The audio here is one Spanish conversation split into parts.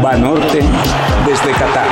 Banorte desde Qatar.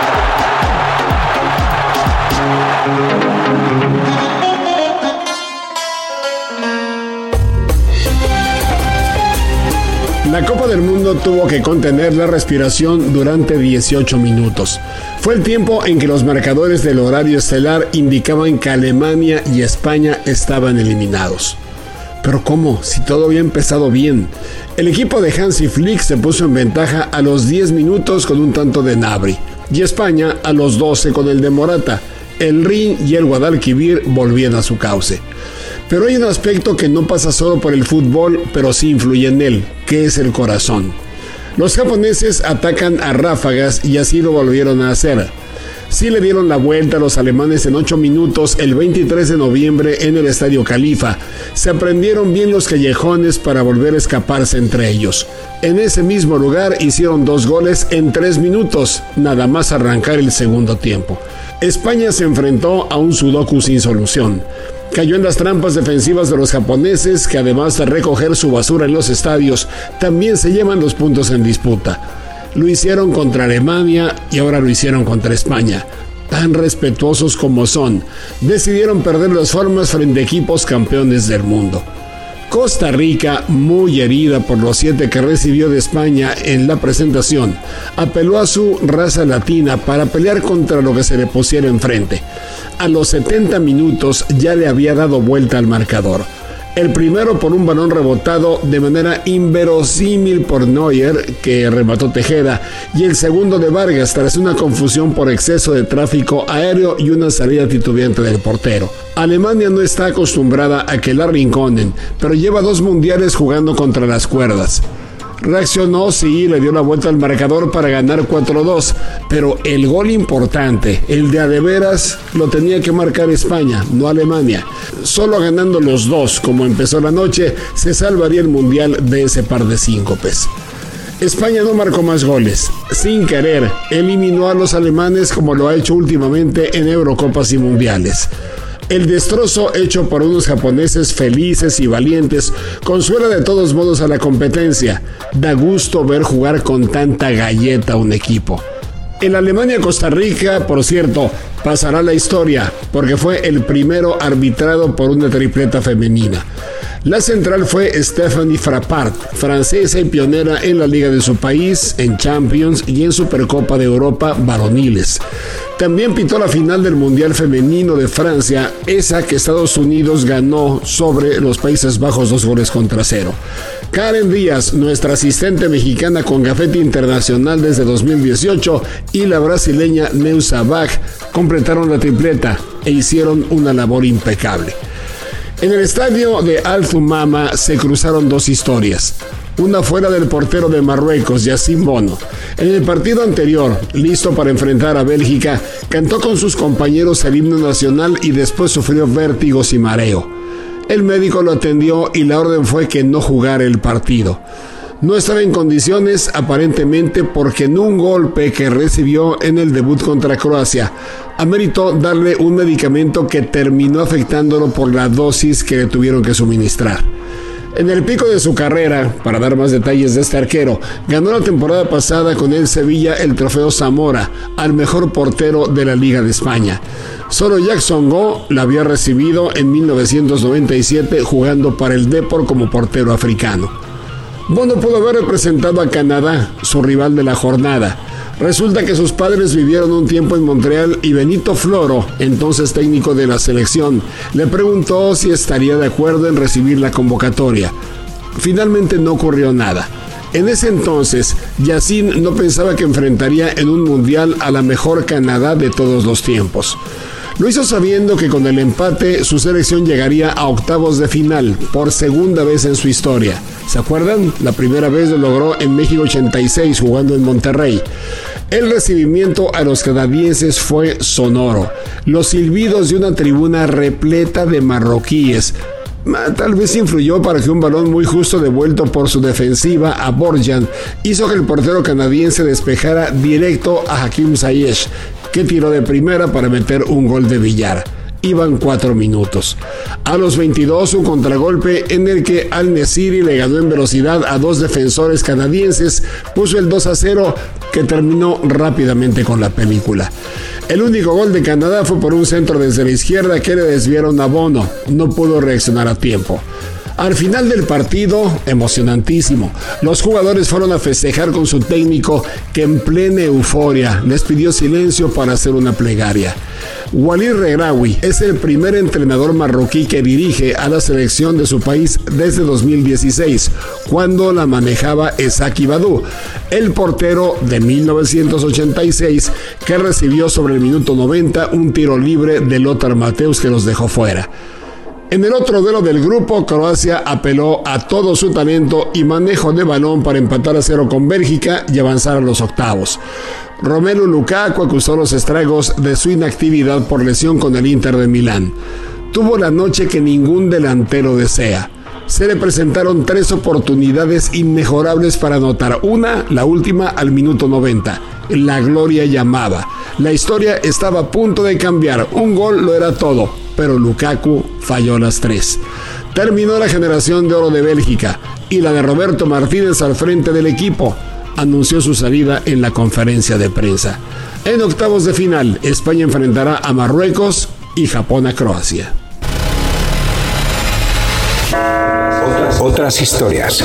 La Copa del Mundo tuvo que contener la respiración durante 18 minutos. Fue el tiempo en que los marcadores del horario estelar indicaban que Alemania y España estaban eliminados. Pero ¿cómo? Si todo había empezado bien. El equipo de Hansi Flick se puso en ventaja a los 10 minutos con un tanto de Gnabry, y España a los 12 con el de Morata. El Rin y el Guadalquivir volvían a su cauce. Pero hay un aspecto que no pasa solo por el fútbol, pero sí influye en él, que es el corazón. Los japoneses atacan a ráfagas y así lo volvieron a hacer. Sí le dieron la vuelta a los alemanes en 8 minutos el 23 de noviembre en el Estadio Khalifa. Se aprendieron bien los callejones para volver a escaparse entre ellos. En ese mismo lugar hicieron 2 goles en 3 minutos, nada más arrancar el segundo tiempo. España se enfrentó a un sudoku sin solución. Cayó en las trampas defensivas de los japoneses, que además de recoger su basura en los estadios, también se llevan los puntos en disputa. Lo hicieron contra Alemania y ahora lo hicieron contra España. Tan respetuosos como son, decidieron perder las formas frente a equipos campeones del mundo. Costa Rica, muy herida por los 7 que recibió de España en la presentación, apeló a su raza latina para pelear contra lo que se le pusiera enfrente. A los 70 minutos ya le había dado vuelta al marcador. El primero por un balón rebotado de manera inverosímil por Neuer, que remató Tejeda, y el segundo de Vargas tras una confusión por exceso de tráfico aéreo y una salida titubeante del portero. Alemania no está acostumbrada a que la arrinconen, pero lleva 2 mundiales jugando contra las cuerdas. Reaccionó, sí, le dio la vuelta al marcador para ganar 4-2, pero el gol importante, el de a de veras, lo tenía que marcar España, no Alemania. Solo ganando los 2, como empezó la noche, se salvaría el mundial de ese par de síncopes. España no marcó más goles. Sin querer, eliminó a los alemanes como lo ha hecho últimamente en Eurocopas y Mundiales. El destrozo hecho por unos japoneses felices y valientes consuela de todos modos a la competencia. Da gusto ver jugar con tanta galleta a un equipo. El Alemania-Costa Rica, por cierto, pasará a la historia porque fue el primero arbitrado por una tripleta femenina. La central fue Stéphanie Frappart, francesa y pionera en la liga de su país, en Champions y en Supercopa de Europa varoniles. También pitó la final del Mundial Femenino de Francia, esa que Estados Unidos ganó sobre los Países Bajos 2-0. Karen Díaz, nuestra asistente mexicana con gafete internacional desde 2018, y la brasileña Neuza Bach completaron la tripleta e hicieron una labor impecable. En el estadio de Al Thumama se cruzaron 2 historias. Una fuera del portero de Marruecos, Yacine Bono. En el partido anterior, listo para enfrentar a Bélgica, cantó con sus compañeros el himno nacional y después sufrió vértigos y mareo. El médico lo atendió y la orden fue que no jugara el partido. No estaba en condiciones, aparentemente, porque en un golpe que recibió en el debut contra Croacia, ameritó darle un medicamento que terminó afectándolo por la dosis que le tuvieron que suministrar. En el pico de su carrera, para dar más detalles de este arquero, ganó la temporada pasada con el Sevilla el trofeo Zamora al mejor portero de la Liga de España. Solo Jackson Go la había recibido en 1997 jugando para el Depor como portero africano. Bono pudo haber representado a Canadá, su rival de la jornada. Resulta que sus padres vivieron un tiempo en Montreal y Benito Floro, entonces técnico de la selección, le preguntó si estaría de acuerdo en recibir la convocatoria. Finalmente no ocurrió nada. En ese entonces, Yacine no pensaba que enfrentaría en un mundial a la mejor Canadá de todos los tiempos. Lo hizo sabiendo que con el empate su selección llegaría a octavos de final por segunda vez en su historia. ¿Se acuerdan? La primera vez lo logró en México 86 jugando en Monterrey. El recibimiento a los canadienses fue sonoro. Los silbidos de una tribuna repleta de marroquíes. Tal vez influyó para que un balón muy justo devuelto por su defensiva a Borjan hizo que el portero canadiense despejara directo a Hakim Ziyech, que tiró de primera para meter un gol de billar. Iban 4 minutos. A los 22, un contragolpe en el que Al-Nesyri le ganó en velocidad a 2 defensores canadienses, puso el 2-0 que terminó rápidamente con la película. El único gol de Canadá fue por un centro desde la izquierda que le desviaron a Bono. No pudo reaccionar a tiempo. Al final del partido, emocionantísimo, los jugadores fueron a festejar con su técnico, que en plena euforia les pidió silencio para hacer una plegaria. Walid Regraoui es el primer entrenador marroquí que dirige a la selección de su país desde 2016, cuando la manejaba Esaki Badou, el portero de 1986 que recibió sobre el minuto 90 un tiro libre de Lothar Matthäus que los dejó fuera. En el otro duelo del grupo, Croacia apeló a todo su talento y manejo de balón para empatar a 0 con Bélgica y avanzar a los octavos. Romelu Lukaku acusó los estragos de su inactividad por lesión con el Inter de Milán. Tuvo la noche que ningún delantero desea. Se le presentaron 3 oportunidades inmejorables para anotar. Una, la última, al minuto 90. La gloria llamaba. La historia estaba a punto de cambiar. Un gol lo era todo, pero Lukaku falló las 3. Terminó la generación de oro de Bélgica y la de Roberto Martínez al frente del equipo. Anunció su salida en la conferencia de prensa. En octavos de final, España enfrentará a Marruecos y Japón a Croacia. Otras historias.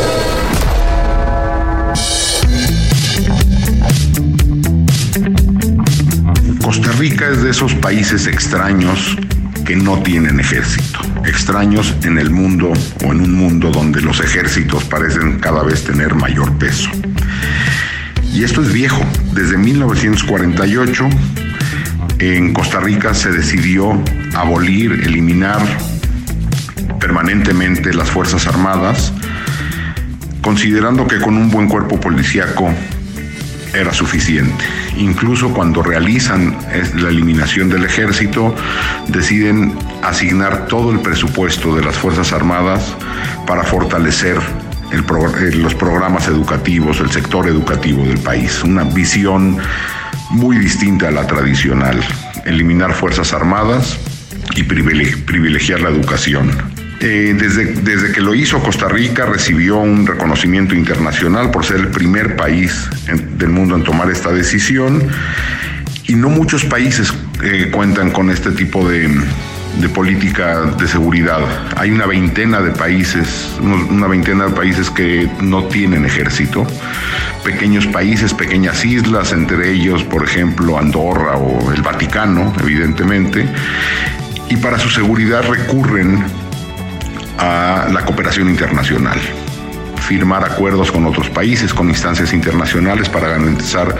Costa Rica es de esos países extraños que no tienen ejército. Extraños en el mundo o en un mundo donde los ejércitos parecen cada vez tener mayor peso. Y esto es viejo. Desde 1948 en Costa Rica se decidió abolir, eliminar permanentemente las Fuerzas Armadas, considerando que con un buen cuerpo policíaco era suficiente. Incluso cuando realizan la eliminación del ejército, deciden asignar todo el presupuesto de las Fuerzas Armadas para fortalecer los programas educativos, el sector educativo del país. Una visión muy distinta a la tradicional: eliminar Fuerzas Armadas y privilegiar la educación. Desde que lo hizo, Costa Rica recibió un reconocimiento internacional por ser el primer país del mundo en tomar esta decisión, y no muchos países cuentan con este tipo de política de seguridad. Hay una veintena de países que no tienen ejército, pequeños países, pequeñas islas, entre ellos, por ejemplo, Andorra o el Vaticano, evidentemente, y para su seguridad recurren a la cooperación internacional, firmar acuerdos con otros países, con instancias internacionales para garantizar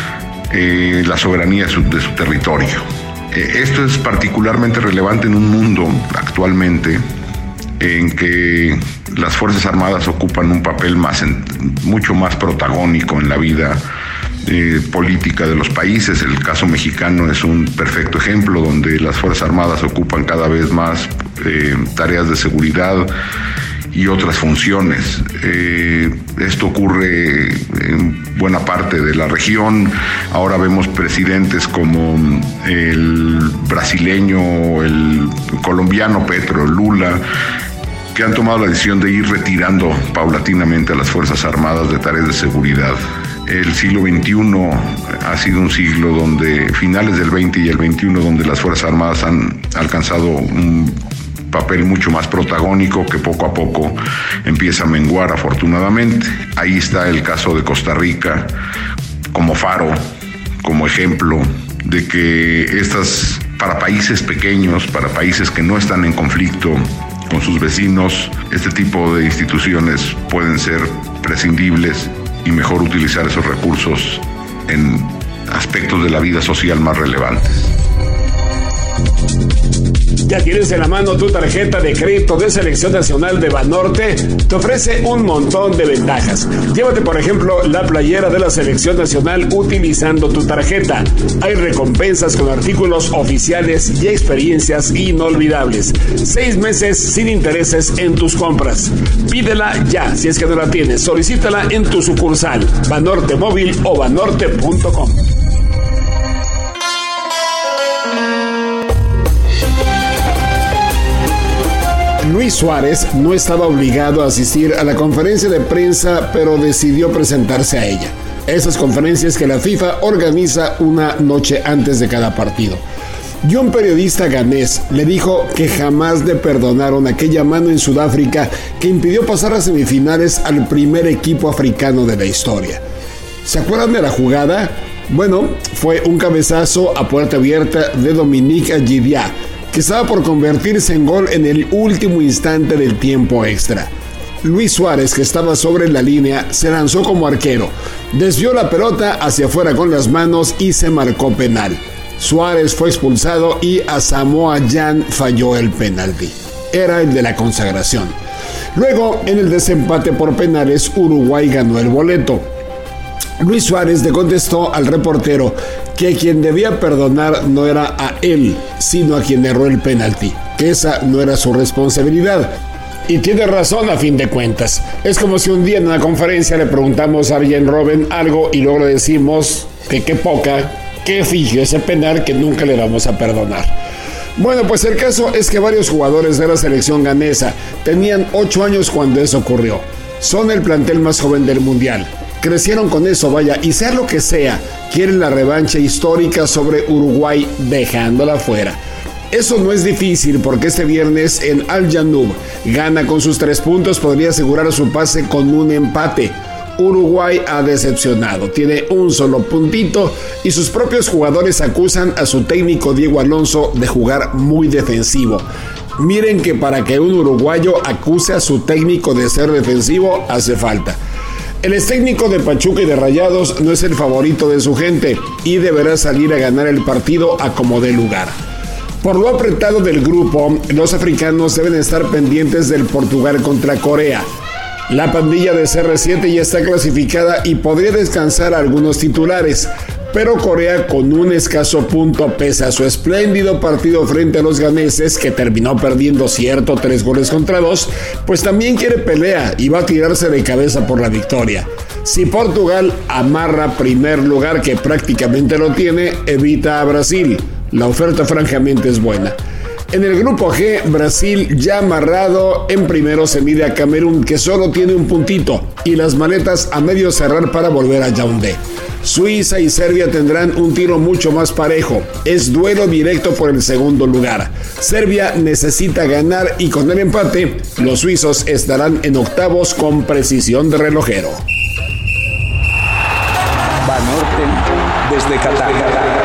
la soberanía de su territorio. Esto es particularmente relevante en un mundo actualmente en que las Fuerzas Armadas ocupan un papel mucho más protagónico en la vida política de los países. El caso mexicano es un perfecto ejemplo, donde las Fuerzas Armadas ocupan cada vez más tareas de seguridad y otras funciones. Esto ocurre en buena parte de la región. Ahora vemos presidentes como el brasileño o el colombiano Petro, Lula, que han tomado la decisión de ir retirando paulatinamente a las Fuerzas Armadas de tareas de seguridad. El siglo XXI ha sido un siglo donde, finales del XX y el XXI, donde las Fuerzas Armadas han alcanzado un papel mucho más protagónico que poco a poco empieza a menguar, afortunadamente. Ahí está el caso de Costa Rica como faro, como ejemplo de que para países pequeños, para países que no están en conflicto con sus vecinos, este tipo de instituciones pueden ser prescindibles y mejor utilizar esos recursos en aspectos de la vida social más relevantes. ¿Ya tienes en la mano tu tarjeta de crédito de Selección Nacional de Banorte? Te ofrece un montón de ventajas. Llévate, por ejemplo, la playera de la Selección Nacional utilizando tu tarjeta. Hay recompensas con artículos oficiales y experiencias inolvidables. 6 meses sin intereses en tus compras. Pídela ya, si es que no la tienes. Solicítala en tu sucursal, Banorte Móvil o banorte.com. Luis Suárez no estaba obligado a asistir a la conferencia de prensa, pero decidió presentarse a ella. esas conferencias que la FIFA organiza una noche antes de cada partido. Y un periodista ganés le dijo que jamás le perdonaron aquella mano en Sudáfrica que impidió pasar a semifinales al primer equipo africano de la historia. ¿Se acuerdan de la jugada? Bueno, fue un cabezazo a puerta abierta de Dominique Gidia, que estaba por convertirse en gol en el último instante del tiempo extra. Luis Suárez, que estaba sobre la línea, se lanzó como arquero, desvió la pelota hacia afuera con las manos y se marcó penal. Suárez fue expulsado y Asamoah Gyan falló el penalti. Era el de la consagración. Luego, en el desempate por penales, Uruguay ganó el boleto. Luis Suárez le contestó al reportero que quien debía perdonar no era a él, sino a quien erró el penalti, que esa no era su responsabilidad. Y tiene razón a fin de cuentas. Es como si un día en una conferencia le preguntamos a Arjen Robben algo y luego le decimos que qué poca, que fingió ese penal que nunca le vamos a perdonar. Bueno, pues el caso es que varios jugadores de la selección ganesa tenían 8 años cuando eso ocurrió. Son el plantel más joven del mundial. Crecieron con eso, vaya, y sea lo que sea, quieren la revancha histórica sobre Uruguay dejándola fuera. Eso no es difícil porque este viernes en Al Janoub gana con sus 3 puntos, podría asegurar su pase con un empate. Uruguay ha decepcionado, tiene un solo puntito y sus propios jugadores acusan a su técnico Diego Alonso de jugar muy defensivo. Miren que para que un uruguayo acuse a su técnico de ser defensivo hace falta. El ex técnico de Pachuca y de Rayados no es el favorito de su gente y deberá salir a ganar el partido a como dé lugar. Por lo apretado del grupo, los africanos deben estar pendientes del Portugal contra Corea. La pandilla de CR7 ya está clasificada y podría descansar a algunos titulares, pero Corea con un escaso punto pese a su espléndido partido frente a los ganeses, que terminó perdiendo 3 goles contra 2, pues también quiere pelea y va a tirarse de cabeza por la victoria. Si Portugal amarra primer lugar, que prácticamente lo tiene, evita a Brasil. La oferta francamente es buena. En el grupo G, Brasil ya amarrado en primero se mide a Camerún, que solo tiene un puntito, y las maletas a medio cerrar para volver a Yaoundé. Suiza y Serbia tendrán un tiro mucho más parejo. Es duelo directo por el segundo lugar. Serbia necesita ganar y con el empate, los suizos estarán en octavos con precisión de relojero. Banorte desde Qatar.